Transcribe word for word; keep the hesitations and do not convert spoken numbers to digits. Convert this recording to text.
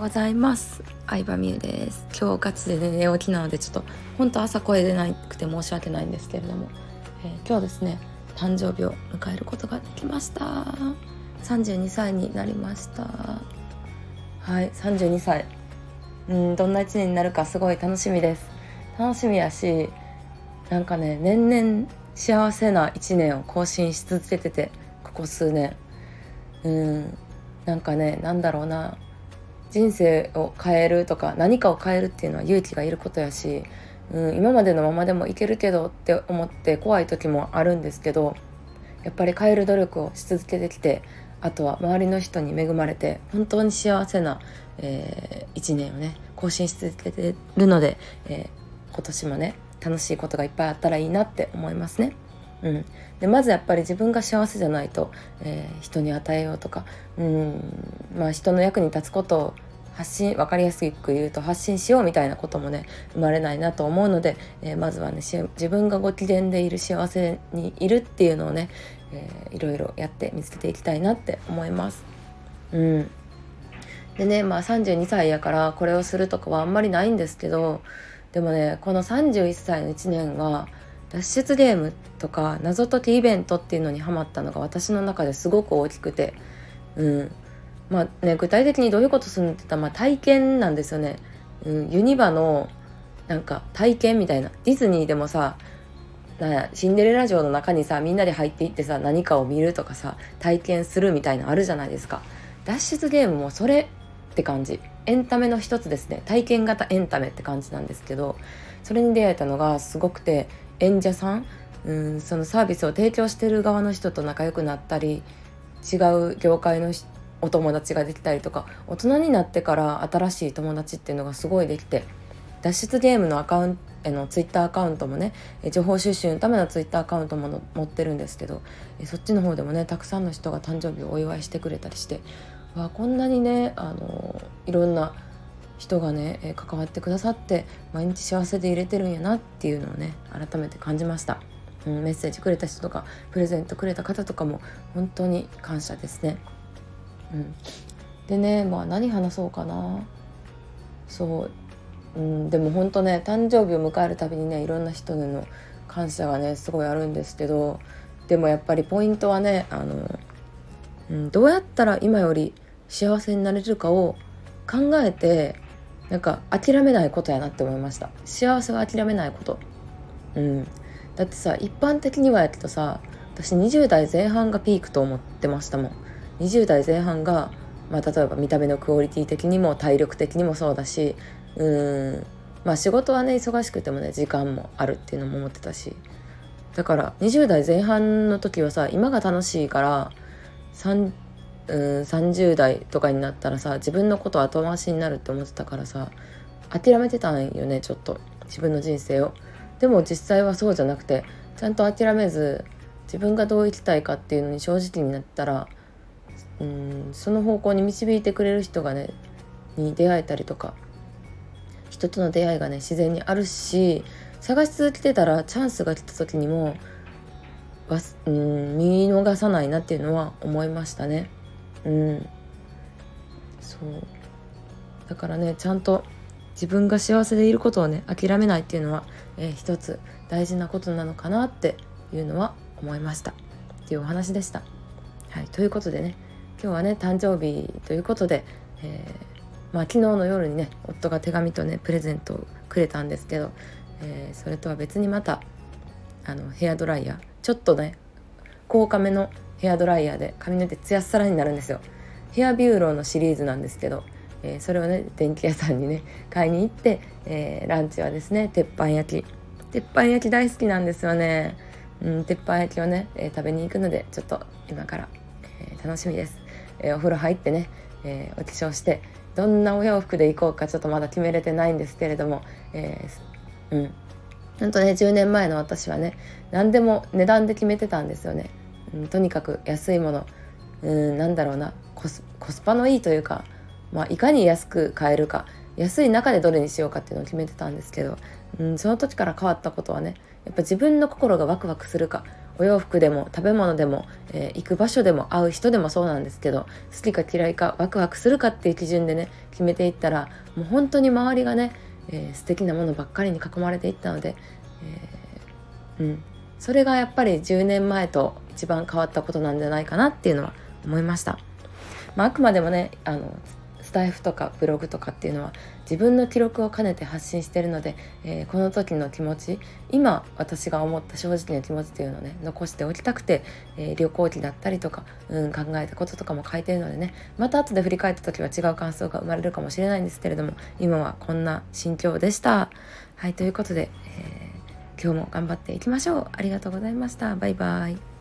ございます。相葉美優です。今日ガチで、ね、寝起きなのでちょっと本当朝声出なくて申し訳ないんですけれども、えー、今日ですね誕生日を迎えることができました。さんじゅうにさいになりました。はいさんじゅうにさい、うんどんないちねんになるかすごい楽しみです。楽しみやし、なんかね年々幸せないちねんを更新し続けてて、ここ数年うんなんかねなんだろうな、人生を変えるとか何かを変えるっていうのは勇気がいることやし、うん、今までのままでもいけるけどって思って怖い時もあるんですけど、やっぱり変える努力をし続けてきて、あとは周りの人に恵まれて本当に幸せな、えー、いちねんをね更新し続けてるので、えー、今年もね楽しいことがいっぱいあったらいいなって思いますね。うん、でまずやっぱり自分が幸せじゃないと、えー、人に与えようとか、うんまあ、人の役に立つことを発信、分かりやすく言うと発信しようみたいなこともね生まれないなと思うので、えー、まずはね自分がご機嫌でいる、幸せにいるっていうのをね、えー、いろいろやって見つけていきたいなって思います。うんでねまあさんじゅうにさいやからこれをするとかはあんまりないんですけど、でもねこのさんじゅういっさいのいちねんは脱出ゲームとか謎解きイベントっていうのにハマったのが私の中ですごく大きくて、うんまあね、具体的にどういうことするのって言ったら、まあ、体験なんですよね、うん、ユニバのなんか体験みたいな。ディズニーでもさ、なんやシンデレラ城の中にさみんなで入っていってさ何かを見るとかさ体験するみたいなのあるじゃないですか。脱出ゲームもそれって感じ、エンタメの一つですね。体験型エンタメって感じなんですけど、それに出会えたのがすごくて、演者さん、うん、そのサービスを提供してる側の人と仲良くなったり、違う業界のお友達ができたりとか、大人になってから新しい友達っていうのがすごいできて、脱出ゲームのアカウントのツイッターアカウントもね、情報収集のためのツイッターアカウントもの持ってるんですけど、そっちの方でもねたくさんの人が誕生日をお祝いしてくれたりして、わこんなにねあのいろんな人がね関わってくださって毎日幸せで入れてるんやなっていうのをね改めて感じました。うん、メッセージくれた人とかプレゼントくれた方とかも本当に感謝ですね。うん、でねまあ何話そうかな。そう、うん、でも本当ね誕生日を迎えるたびにねいろんな人への感謝がねすごいあるんですけど、でもやっぱりポイントはねあの、うん、どうやったら今より幸せになれるかを考えて、なんか諦めないことやなって思いました。幸せは諦めないこと。うん、だってさ一般的にはやけどさ、私にじゅう代前半がピークと思ってましたもん。にじゅう代前半が、まあ、例えば見た目のクオリティ的にも体力的にもそうだし、うーんまあ仕事はね忙しくてもね時間もあるっていうのも思ってたし、だからにじゅう代前半の時はさ今が楽しいから3うんさんじゅう代とかになったらさ自分のこと後回しになるって思ってたからさ諦めてたんよね、ちょっと自分の人生を。でも実際はそうじゃなくて、ちゃんと諦めず自分がどう生きたいかっていうのに正直になったら、うんその方向に導いてくれる人がねに出会えたりとか、人との出会いがね自然にあるし、探し続けてたらチャンスが来た時にもわすうん見逃さないなっていうのは思いましたね。うんそうだからねちゃんと自分が幸せでいることをね諦めないっていうのは、えー、一つ大事なことなのかなっていうのは思いましたっていうお話でした。はい、ということでね今日はね誕生日ということで、えーまあ、昨日の夜にね夫が手紙とねプレゼントをくれたんですけど、えー、それとは別にまたあのヘアドライヤー、ちょっとね高価めのヘアドライヤーで髪の毛ツヤッサラになるんですよ。ヘアビューローのシリーズなんですけど、えー、それをね電気屋さんにね買いに行って、えー、ランチはですね鉄板焼き鉄板焼き大好きなんですよね。うん、鉄板焼きをね、えー、食べに行くのでちょっと今から、えー、楽しみです。えー、お風呂入ってね、えー、お化粧してどんなお洋服で行こうかちょっとまだ決めれてないんですけれども、えー、うんほんとねじゅうねんまえの私はね何でも値段で決めてたんですよね。うん、とにかく安いもの、うんなんだろうなコス、コスパのいいというか、まあ、いかに安く買えるか、安い中でどれにしようかっていうのを決めてたんですけど、うん、その時から変わったことはねやっぱ自分の心がワクワクするか、お洋服でも食べ物でも、えー行く場所でも会う人でもそうなんですけど、好きか嫌いかワクワクするかっていう基準でね決めていったら、もう本当に周りがね、えー素敵なものばっかりに囲まれていったので、えーうん、それがやっぱりじゅうねんまえと一番変わったことなんじゃないかなっていうのは思いました。まあ、あくまでもねあのスタイフとかブログとかっていうのは自分の記録を兼ねて発信しているので、えーこの時の気持ち、今私が思った正直な気持ちっていうのをね残しておきたくて、えー旅行記だったりとか、うん、考えたこととかも書いてるのでね、また後で振り返った時は違う感想が生まれるかもしれないんですけれども、今はこんな心境でした。はい、ということで、えー今日も頑張っていきましょう。ありがとうございました。バイバイ。